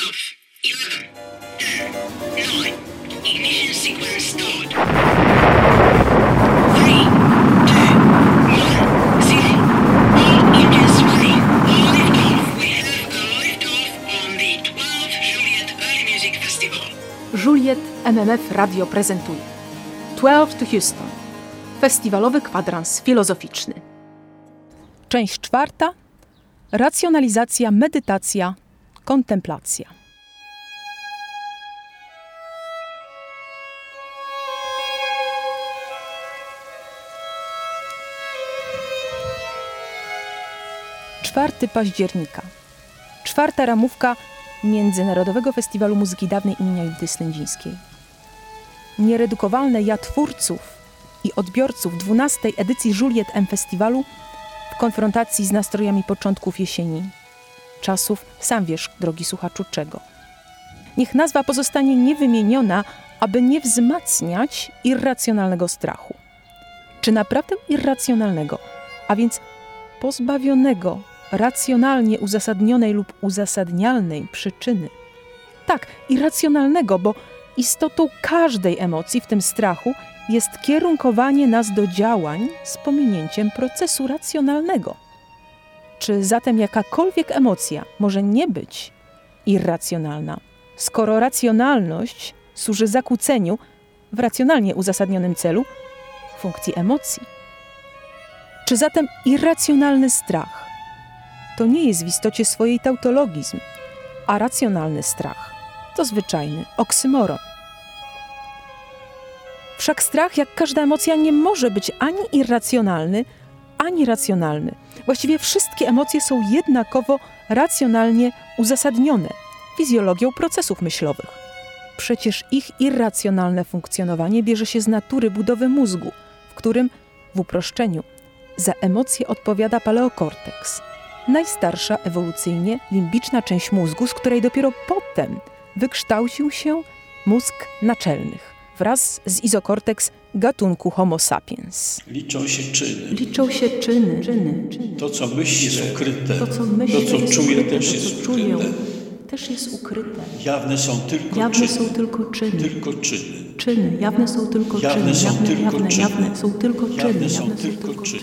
11, 10, 9, ignition sequence start. 3, 2, 1, 0. All engines running. All liftoff. We have a liftoff on the 12 Juliet Early Music Festival. Juliet MMF Radio prezentuje 12 to Houston. Festiwalowy kwadrans filozoficzny. Część 4. Racjonalizacja, medytacja, kontemplacja. Czwarty października. 4. ramówka Międzynarodowego Festiwalu Muzyki Dawnej imienia Judyty Slędzińskiej. Nieredukowalne ja twórców i odbiorców 12. edycji Juliet M Festiwalu w konfrontacji z nastrojami początków jesieni. Czasów, sam wiesz, drogi słuchaczu, czego. Niech nazwa pozostanie niewymieniona, aby nie wzmacniać irracjonalnego strachu. Czy naprawdę irracjonalnego, a więc pozbawionego racjonalnie uzasadnionej lub uzasadnialnej przyczyny. Tak, irracjonalnego, bo istotą każdej emocji, w tym strachu, jest kierunkowanie nas do działań z pominięciem procesu racjonalnego. Czy zatem jakakolwiek emocja może nie być irracjonalna, skoro racjonalność służy zakłóceniu w racjonalnie uzasadnionym celu funkcji emocji? Czy zatem irracjonalny strach to nie jest w istocie swojej tautologizm, a racjonalny strach to zwyczajny oksymoron? Wszak strach, jak każda emocja, nie może być ani irracjonalny, ani racjonalny. Właściwie wszystkie emocje są jednakowo racjonalnie uzasadnione fizjologią procesów myślowych. Przecież ich irracjonalne funkcjonowanie bierze się z natury budowy mózgu, w którym, w uproszczeniu, za emocje odpowiada paleokorteks, najstarsza ewolucyjnie limbiczna część mózgu, z której dopiero potem wykształcił się mózg naczelnych, wraz z izokorteks gatunku Homo sapiens. Liczą się czyny. Liczą się czyny. To, co myśli, jest ukryte. To, co myślę, to, co czuję, też to, jest co czuję, ukryte. też jest ukryte. Jawne są tylko Jawne czyny. są tylko czyny. Tylko czyny. Czyny. Jawne są tylko czyny. Jawne są tylko czyny. Jawne są tylko czyny. Jawne są tylko czyny.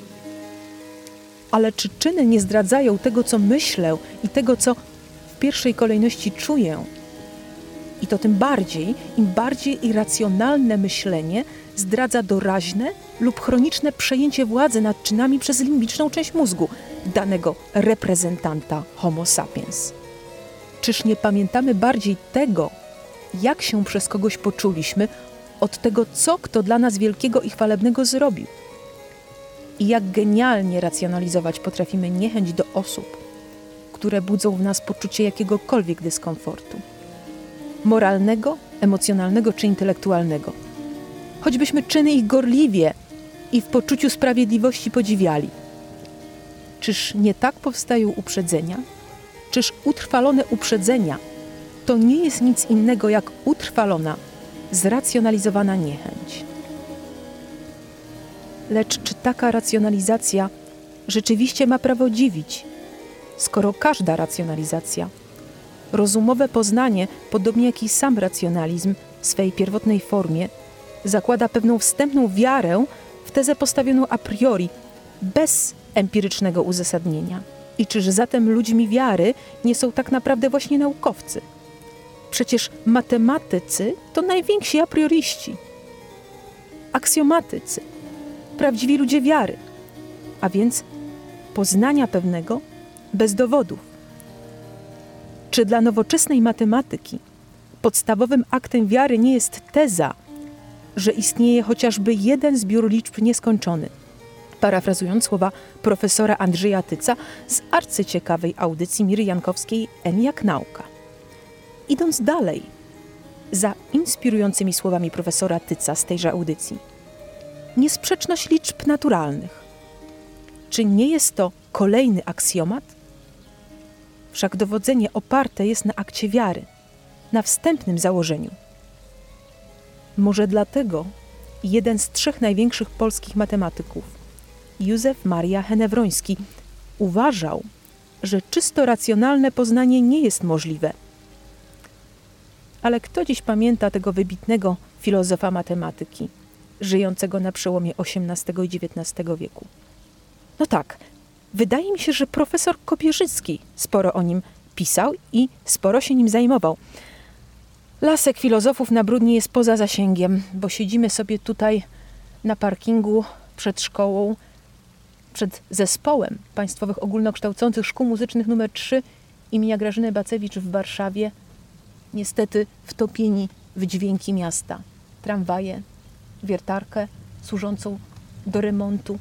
Ale czy czyny nie zdradzają tego, co myślę i tego, co w pierwszej kolejności czuję? I to tym bardziej, im bardziej irracjonalne myślenie zdradza doraźne lub chroniczne przejęcie władzy nad czynami przez limbiczną część mózgu danego reprezentanta Homo sapiens. Czyż nie pamiętamy bardziej tego, jak się przez kogoś poczuliśmy, od tego, co kto dla nas wielkiego i chwalebnego zrobił? I jak genialnie racjonalizować potrafimy niechęć do osób, które budzą w nas poczucie jakiegokolwiek dyskomfortu. Moralnego, emocjonalnego czy intelektualnego. Choćbyśmy czyny ich gorliwie i w poczuciu sprawiedliwości podziwiali. Czyż nie tak powstają uprzedzenia? Czyż utrwalone uprzedzenia to nie jest nic innego jak utrwalona, zracjonalizowana niechęć? Lecz czy taka racjonalizacja rzeczywiście ma prawo dziwić, skoro każda racjonalizacja, rozumowe poznanie, podobnie jak i sam racjonalizm w swej pierwotnej formie, zakłada pewną wstępną wiarę w tezę postawioną a priori, bez empirycznego uzasadnienia? I czyż zatem ludźmi wiary nie są tak naprawdę właśnie naukowcy? Przecież matematycy to najwięksi a prioriści, aksjomatycy, prawdziwi ludzie wiary, a więc poznania pewnego bez dowodów. Czy dla nowoczesnej matematyki podstawowym aktem wiary nie jest teza, że istnieje chociażby jeden zbiór liczb nieskończony? Parafrazując słowa profesora Andrzeja Tyca z arcyciekawej audycji Miry Jankowskiej N jak nauka. Idąc dalej, za inspirującymi słowami profesora Tyca z tejże audycji, niesprzeczność liczb naturalnych. Czy nie jest to kolejny aksjomat? Wszak dowodzenie oparte jest na akcie wiary, na wstępnym założeniu. Może dlatego jeden z 3 największych polskich matematyków, Józef Maria Henewroński, uważał, że czysto racjonalne poznanie nie jest możliwe, Ale kto dziś pamięta tego wybitnego filozofa matematyki, żyjącego na przełomie XVIII i XIX wieku? No tak, wydaje mi się, że profesor Kopierzycki sporo o nim pisał i sporo się nim zajmował. Lasek filozofów na Bródnie jest poza zasięgiem, bo siedzimy sobie tutaj na parkingu przed szkołą, przed zespołem Państwowych Ogólnokształcących Szkół Muzycznych nr 3 imienia Grażyny Bacewicz w Warszawie, niestety wtopieni w dźwięki miasta. Tramwaje, wiertarkę służącą do remontu.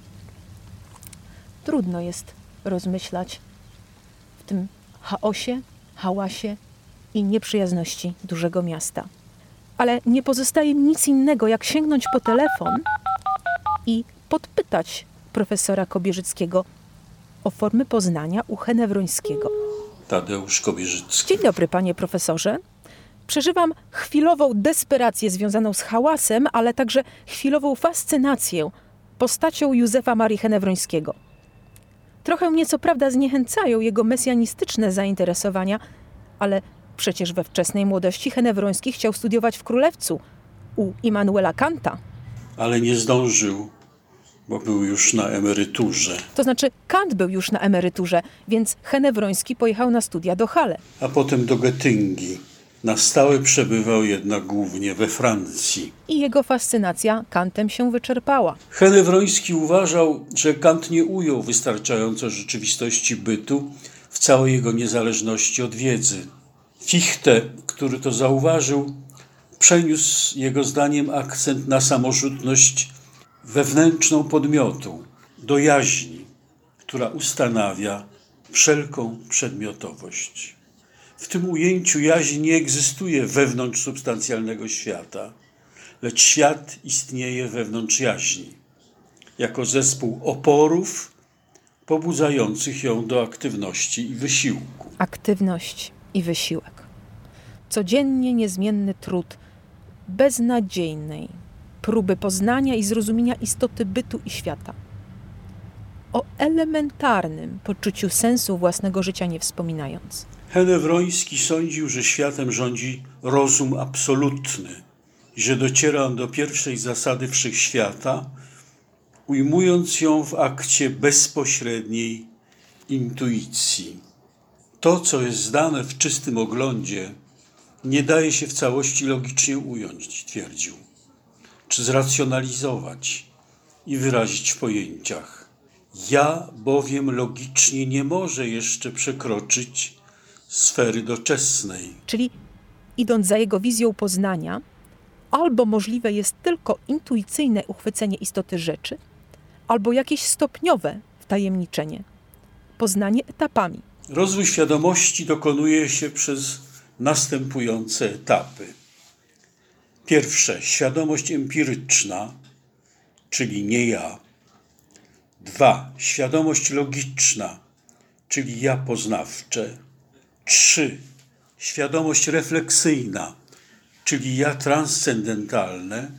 Trudno jest rozmyślać w tym chaosie, hałasie i nieprzyjazności dużego miasta. Ale nie pozostaje mi nic innego, jak sięgnąć po telefon i podpytać profesora Kobierzyckiego o formy poznania u Henewrońskiego. Tadeusz Kobierzycki. Dzień dobry, panie profesorze. Przeżywam chwilową desperację związaną z hałasem, ale także chwilową fascynację postacią Józefa Marii Henewrońskiego. Trochę mnie co prawda zniechęcają jego mesjanistyczne zainteresowania, ale przecież we wczesnej młodości Henewroński chciał studiować w Królewcu u Immanuela Kanta. Ale nie zdążył, bo był już na emeryturze. To znaczy Kant był już na emeryturze, więc Henewroński pojechał na studia do Halle. A potem do Getyngi. Na stałe przebywał jednak głównie we Francji. I jego fascynacja Kantem się wyczerpała. Henewroński uważał, że Kant nie ujął wystarczająco rzeczywistości bytu w całej jego niezależności od wiedzy. Fichte, który to zauważył, przeniósł jego zdaniem akcent na samorzutność wewnętrzną podmiotu, do jaźni, która ustanawia wszelką przedmiotowość. W tym ujęciu jaźń nie egzystuje wewnątrz substancjalnego świata, lecz świat istnieje wewnątrz jaźni, jako zespół oporów pobudzających ją do aktywności i wysiłku. Aktywność i wysiłek. Codziennie niezmienny trud beznadziejnej próby poznania i zrozumienia istoty bytu i świata. O elementarnym poczuciu sensu własnego życia nie wspominając. Henewroński sądził, że światem rządzi rozum absolutny i że dociera on do pierwszej zasady wszechświata, ujmując ją w akcie bezpośredniej intuicji. To, co jest zdane w czystym oglądzie, nie daje się w całości logicznie ująć, twierdził, czy zracjonalizować i wyrazić w pojęciach. Ja bowiem logicznie nie może jeszcze przekroczyć sfery doczesnej. Czyli idąc za jego wizją poznania, albo możliwe jest tylko intuicyjne uchwycenie istoty rzeczy, albo jakieś stopniowe wtajemniczenie. Poznanie etapami. Rozwój świadomości dokonuje się przez następujące etapy. Pierwsze, świadomość empiryczna, czyli nie ja. 2, świadomość logiczna, czyli ja poznawcze. 3, świadomość refleksyjna, czyli ja transcendentalne.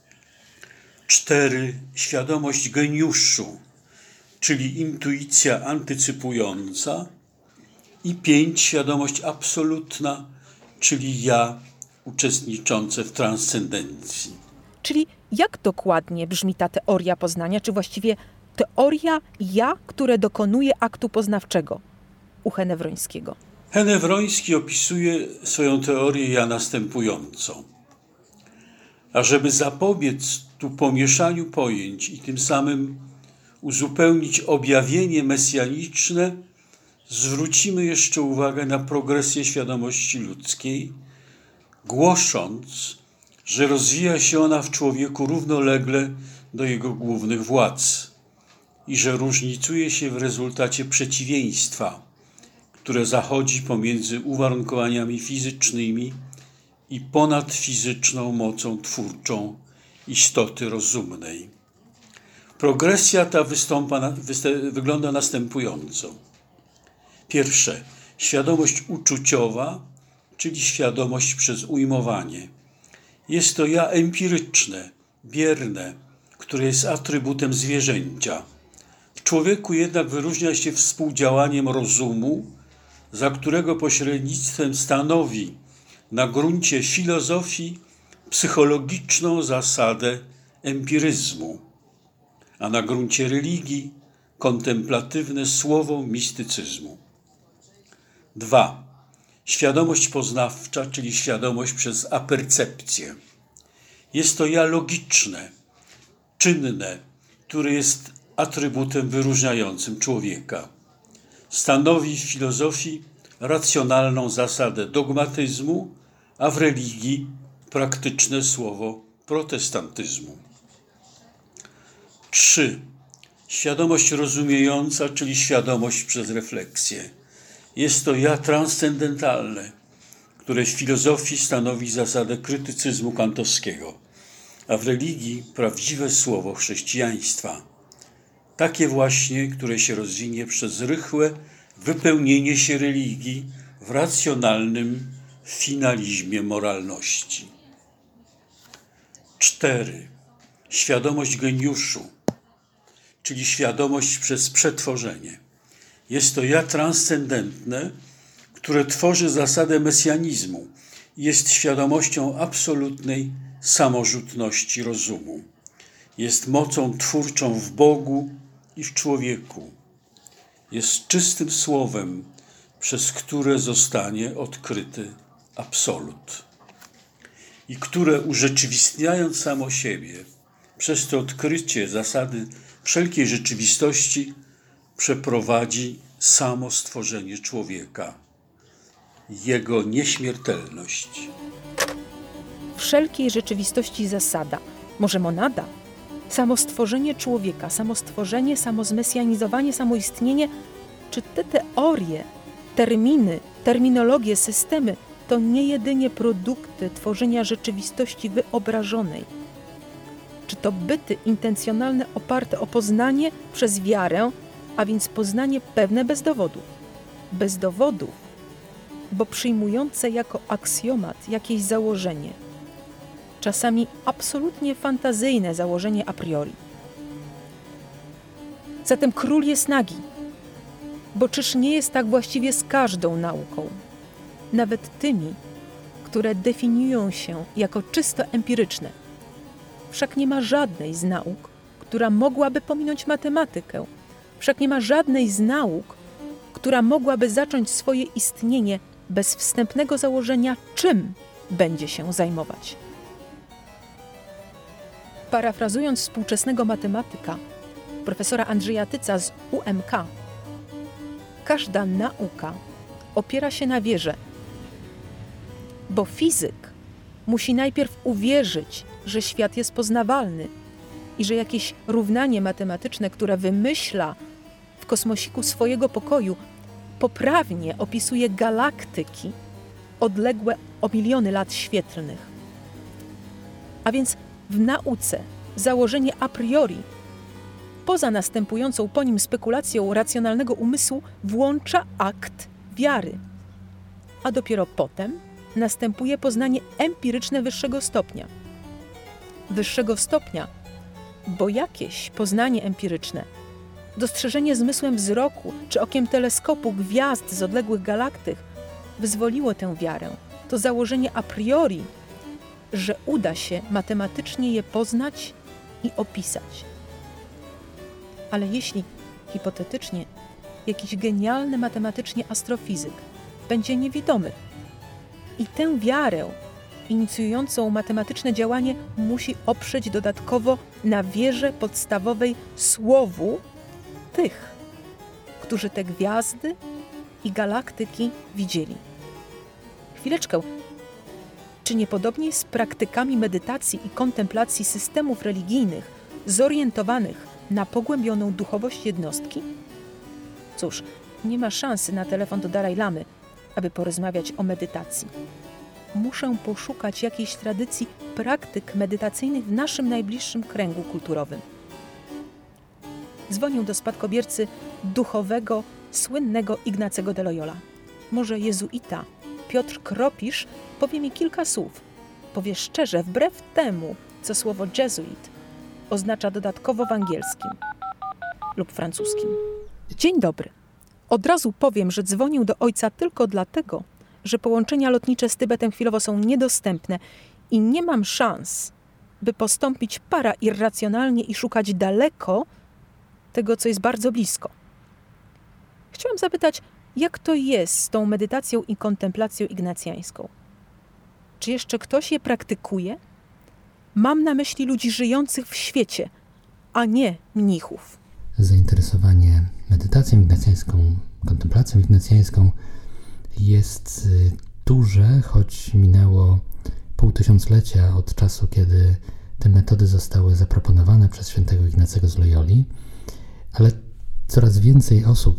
4, świadomość geniuszu, czyli intuicja antycypująca. I 5, świadomość absolutna, czyli ja uczestniczące w transcendencji. Czyli jak dokładnie brzmi ta teoria poznania, czy właściwie teoria ja, które dokonuje aktu poznawczego u Henewrońskiego? Henewroński opisuje swoją teorię ja następująco. Ażeby zapobiec tu pomieszaniu pojęć i tym samym uzupełnić objawienie mesjaniczne, zwrócimy jeszcze uwagę na progresję świadomości ludzkiej, głosząc, że rozwija się ona w człowieku równolegle do jego głównych władz i że różnicuje się w rezultacie przeciwieństwa, które zachodzi pomiędzy uwarunkowaniami fizycznymi i ponadfizyczną mocą twórczą istoty rozumnej. Progresja ta wygląda następująco. Pierwsze, świadomość uczuciowa, czyli świadomość przez ujmowanie. Jest to ja empiryczne, bierne, które jest atrybutem zwierzęcia. W człowieku jednak wyróżnia się współdziałaniem rozumu, za którego pośrednictwem stanowi na gruncie filozofii psychologiczną zasadę empiryzmu, a na gruncie religii kontemplatywne słowo mistycyzmu. 2. Świadomość poznawcza, czyli świadomość przez apercepcję. Jest to ja logiczne, czynne, które jest atrybutem wyróżniającym człowieka. Stanowi w filozofii racjonalną zasadę dogmatyzmu, a w religii praktyczne słowo protestantyzmu. 3. Świadomość rozumiejąca, czyli świadomość przez refleksję. Jest to ja transcendentalne, które w filozofii stanowi zasadę krytycyzmu kantowskiego, a w religii prawdziwe słowo chrześcijaństwa. Takie właśnie, które się rozwinie przez rychłe wypełnienie się religii w racjonalnym finalizmie moralności. 4. Świadomość geniuszu, czyli świadomość przez przetworzenie. Jest to ja transcendentne, które tworzy zasadę mesjanizmu i jest świadomością absolutnej samorzutności rozumu. Jest mocą twórczą w Bogu i w człowieku. Jest czystym słowem, przez które zostanie odkryty absolut i które urzeczywistniając samo siebie, przez to odkrycie zasady wszelkiej rzeczywistości przeprowadzi samo stworzenie człowieka, jego nieśmiertelność. Wszelkiej rzeczywistości zasada, może monada, samo stworzenie człowieka, samo stworzenie, samo zmesjanizowanie, samoistnienie, czy te teorie, terminy, terminologie, systemy to nie jedynie produkty tworzenia rzeczywistości wyobrażonej. Czy to byty intencjonalne oparte o poznanie przez wiarę, a więc poznanie pewne bez dowodów. Bez dowodów, bo przyjmujące jako aksjomat jakieś założenie. Czasami absolutnie fantazyjne założenie a priori. Zatem król jest nagi, bo czyż nie jest tak właściwie z każdą nauką, nawet tymi, które definiują się jako czysto empiryczne. Wszak nie ma żadnej z nauk, która mogłaby pominąć matematykę. Wszak nie ma żadnej z nauk, która mogłaby zacząć swoje istnienie bez wstępnego założenia, czym będzie się zajmować. Parafrazując współczesnego matematyka, profesora Andrzeja Tyca z UMK, każda nauka opiera się na wierze, bo fizyk musi najpierw uwierzyć, że świat jest poznawalny i że jakieś równanie matematyczne, które wymyśla w kosmosiku swojego pokoju, poprawnie opisuje galaktyki odległe o miliony lat świetlnych. A więc w nauce założenie a priori, poza następującą po nim spekulacją racjonalnego umysłu, włącza akt wiary. A dopiero potem następuje poznanie empiryczne wyższego stopnia. Wyższego stopnia, bo jakieś poznanie empiryczne, dostrzeżenie zmysłem wzroku czy okiem teleskopu gwiazd z odległych galaktyk wyzwoliło tę wiarę, to założenie a priori, że uda się matematycznie je poznać i opisać. Ale jeśli, hipotetycznie, jakiś genialny matematycznie astrofizyk będzie niewidomy i tę wiarę inicjującą matematyczne działanie musi oprzeć dodatkowo na wierze podstawowej słowu tych, którzy te gwiazdy i galaktyki widzieli. Chwileczkę. Czy niepodobnie z praktykami medytacji i kontemplacji systemów religijnych zorientowanych na pogłębioną duchowość jednostki? Cóż, nie ma szansy na telefon do Dalaj Lamy, aby porozmawiać o medytacji. Muszę poszukać jakiejś tradycji praktyk medytacyjnych w naszym najbliższym kręgu kulturowym. Dzwonię do spadkobiercy duchowego, słynnego Ignacego de Loyola. Może jezuita Piotr Kropisz powie mi kilka słów. Powie szczerze, wbrew temu, co słowo jezuit oznacza dodatkowo w angielskim lub francuskim. Dzień dobry. Od razu powiem, że dzwonię do ojca tylko dlatego, że połączenia lotnicze z Tybetem chwilowo są niedostępne i nie mam szans, by postąpić parairracjonalnie i szukać daleko tego, co jest bardzo blisko. Chciałam zapytać, jak to jest z tą medytacją i kontemplacją ignacjańską? Czy jeszcze ktoś je praktykuje? Mam na myśli ludzi żyjących w świecie, a nie mnichów. Zainteresowanie medytacją ignacjańską, kontemplacją ignacjańską jest duże, choć minęło pół tysiąclecia od czasu, kiedy te metody zostały zaproponowane przez świętego Ignacego z Loyoli, ale coraz więcej osób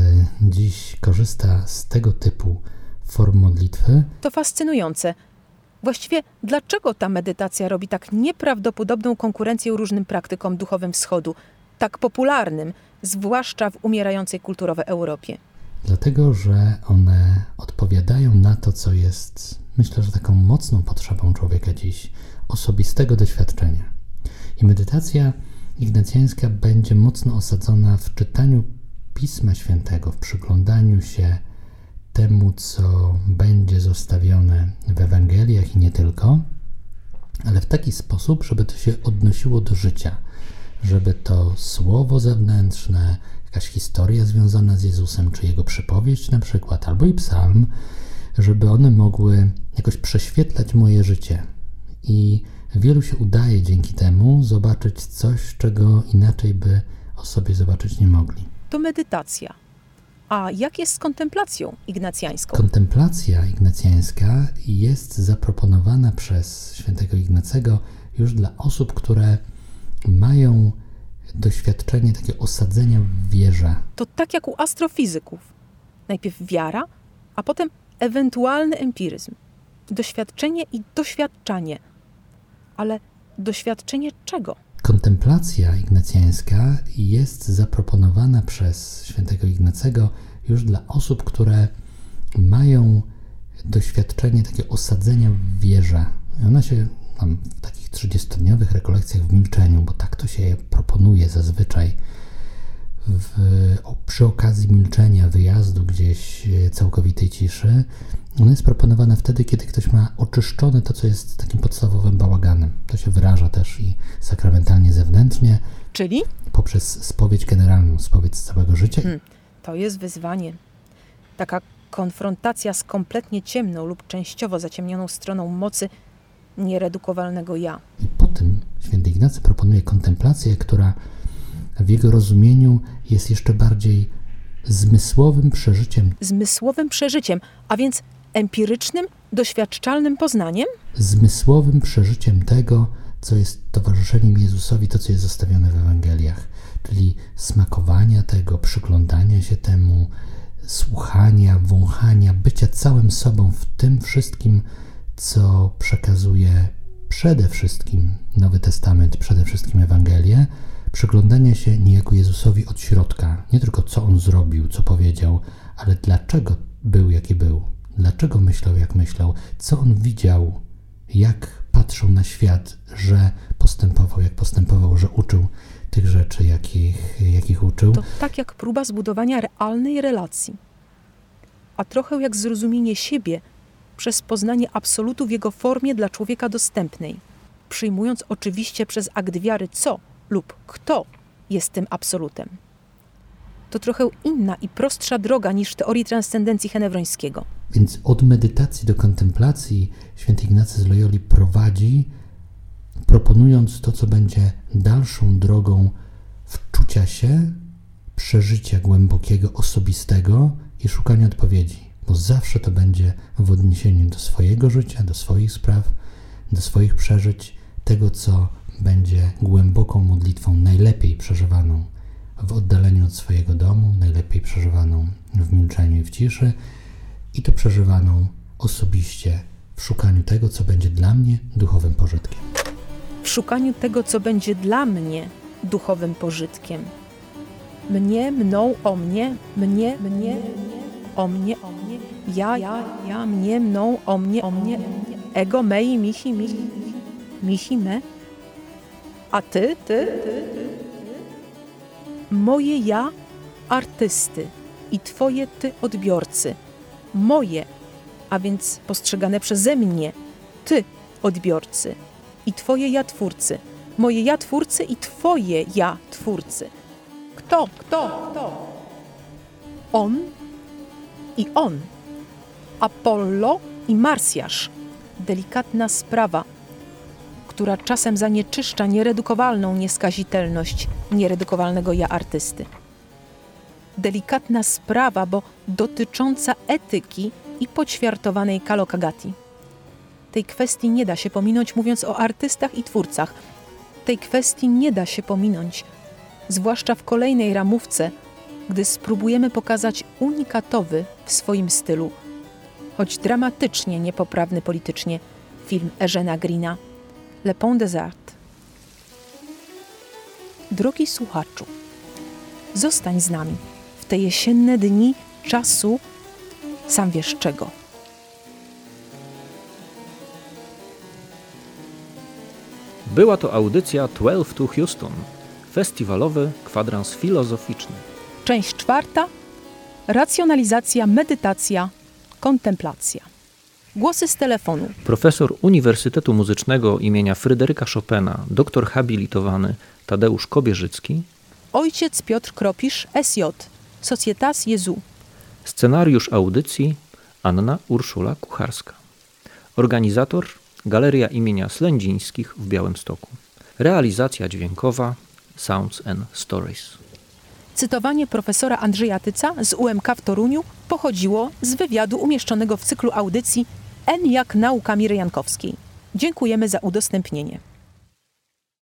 dziś korzysta z tego typu form modlitwy. To fascynujące. Właściwie dlaczego ta medytacja robi tak nieprawdopodobną konkurencję różnym praktykom duchowym wschodu, tak popularnym, zwłaszcza w umierającej kulturowo Europie? Dlatego, że one odpowiadają na to, co jest, myślę, że taką mocną potrzebą człowieka dziś, osobistego doświadczenia. I medytacja ignacjańska będzie mocno osadzona w czytaniu Pisma Świętego, w przyglądaniu się temu, co będzie zostawione w Ewangeliach i nie tylko, ale w taki sposób, żeby to się odnosiło do życia, żeby to słowo zewnętrzne, jakaś historia związana z Jezusem, czy Jego przypowieść na przykład, albo i psalm, żeby one mogły jakoś prześwietlać moje życie. I wielu się udaje dzięki temu zobaczyć coś, czego inaczej by o sobie zobaczyć nie mogli. To medytacja. A jak jest z kontemplacją ignacjańską? Kontemplacja ignacjańska jest zaproponowana przez świętego Ignacego już dla osób, które mają doświadczenie takiego osadzenia w wierze. To tak jak u astrofizyków. Najpierw wiara, a potem ewentualny empiryzm. Doświadczenie i doświadczanie. Ale doświadczenie czego? Kontemplacja ignacjańska jest zaproponowana przez świętego Ignacego już dla osób, które mają doświadczenie takiego osadzenia w wierze. I ona się tam w takich 30-dniowych rekolekcjach w milczeniu, bo tak to się proponuje zazwyczaj przy okazji milczenia, wyjazdu gdzieś całkowitej ciszy. Ona jest proponowana wtedy, kiedy ktoś ma oczyszczone to, co jest takim podstawowym bałaganem. To się wyraża też i sakramentalnie zewnętrznie. Czyli? Poprzez spowiedź generalną, spowiedź z całego życia. To jest wyzwanie. Taka konfrontacja z kompletnie ciemną lub częściowo zaciemnioną stroną mocy nieredukowalnego ja. I po tym święty Ignacy proponuje kontemplację, która w jego rozumieniu jest jeszcze bardziej zmysłowym przeżyciem. Zmysłowym przeżyciem, a więc empirycznym, doświadczalnym poznaniem? Zmysłowym przeżyciem tego, co jest towarzyszeniem Jezusowi, to, co jest zostawione w Ewangeliach. Czyli smakowania tego, przyglądania się temu, słuchania, wąchania, bycia całym sobą w tym wszystkim, co przekazuje przede wszystkim Nowy Testament, przede wszystkim Ewangelie, przyglądania się niejako Jezusowi od środka, nie tylko co On zrobił, co powiedział, ale dlaczego był, jaki był, dlaczego myślał, jak myślał, co On widział, jak patrzył na świat, że postępował, jak postępował, że uczył tych rzeczy, jakich uczył. To tak jak próba zbudowania realnej relacji, a trochę jak zrozumienie siebie przez poznanie absolutu w jego formie dla człowieka dostępnej, przyjmując oczywiście przez akt wiary co lub kto jest tym absolutem. To trochę inna i prostsza droga niż w teorii transcendencji Henewrońskiego. Więc od medytacji do kontemplacji święty Ignacy z Loyoli prowadzi, proponując to, co będzie dalszą drogą wczucia się, przeżycia głębokiego, osobistego i szukania odpowiedzi. Bo zawsze to będzie w odniesieniu do swojego życia, do swoich spraw, do swoich przeżyć, tego, co będzie głęboką modlitwą, najlepiej przeżywaną w oddaleniu od swojego domu, najlepiej przeżywaną w milczeniu i w ciszy i to przeżywaną osobiście w szukaniu tego, co będzie dla mnie duchowym pożytkiem. W szukaniu tego, co będzie dla mnie duchowym pożytkiem. Mnie, mną, o mnie, mnie, o mnie, ja, mnie, mną, o mnie, ego, mei, michi, me, a ty. Moje ja artysty i twoje ty odbiorcy. Moje, a więc postrzegane przeze mnie, ty, odbiorcy, i twoje ja, twórcy, moje ja, twórcy i twoje ja, twórcy. Kto? On i on. Apollo i Marsjasz. Delikatna sprawa, która czasem zanieczyszcza nieredukowalną nieskazitelność nieredukowalnego ja artysty. Delikatna sprawa, bo dotycząca etyki i poćwiartowanej kalokagati. Tej kwestii nie da się pominąć, mówiąc o artystach i twórcach. Tej kwestii nie da się pominąć, zwłaszcza w kolejnej ramówce, gdy spróbujemy pokazać unikatowy w swoim stylu, choć dramatycznie niepoprawny politycznie, film Eugena Greena Le Pont des Arts. Drogi słuchaczu, zostań z nami w te jesienne dni czasu sam wiesz czego. Była to audycja 12 to Houston, festiwalowy kwadrans filozoficzny. Część 4. Racjonalizacja, medytacja, kontemplacja. Głosy z telefonu. Profesor Uniwersytetu Muzycznego imienia Fryderyka Chopina, doktor habilitowany Tadeusz Kobierzycki. Ojciec Piotr Kropisz, SJ, Societas Jezu. Scenariusz audycji Anna Urszula Kucharska. Organizator Galeria imienia Slędzińskich w Białymstoku. Realizacja dźwiękowa Sounds and Stories. Cytowanie profesora Andrzeja Tyca z UMK w Toruniu pochodziło z wywiadu umieszczonego w cyklu audycji N jak nauka Miry Jankowskiej. Dziękujemy za udostępnienie.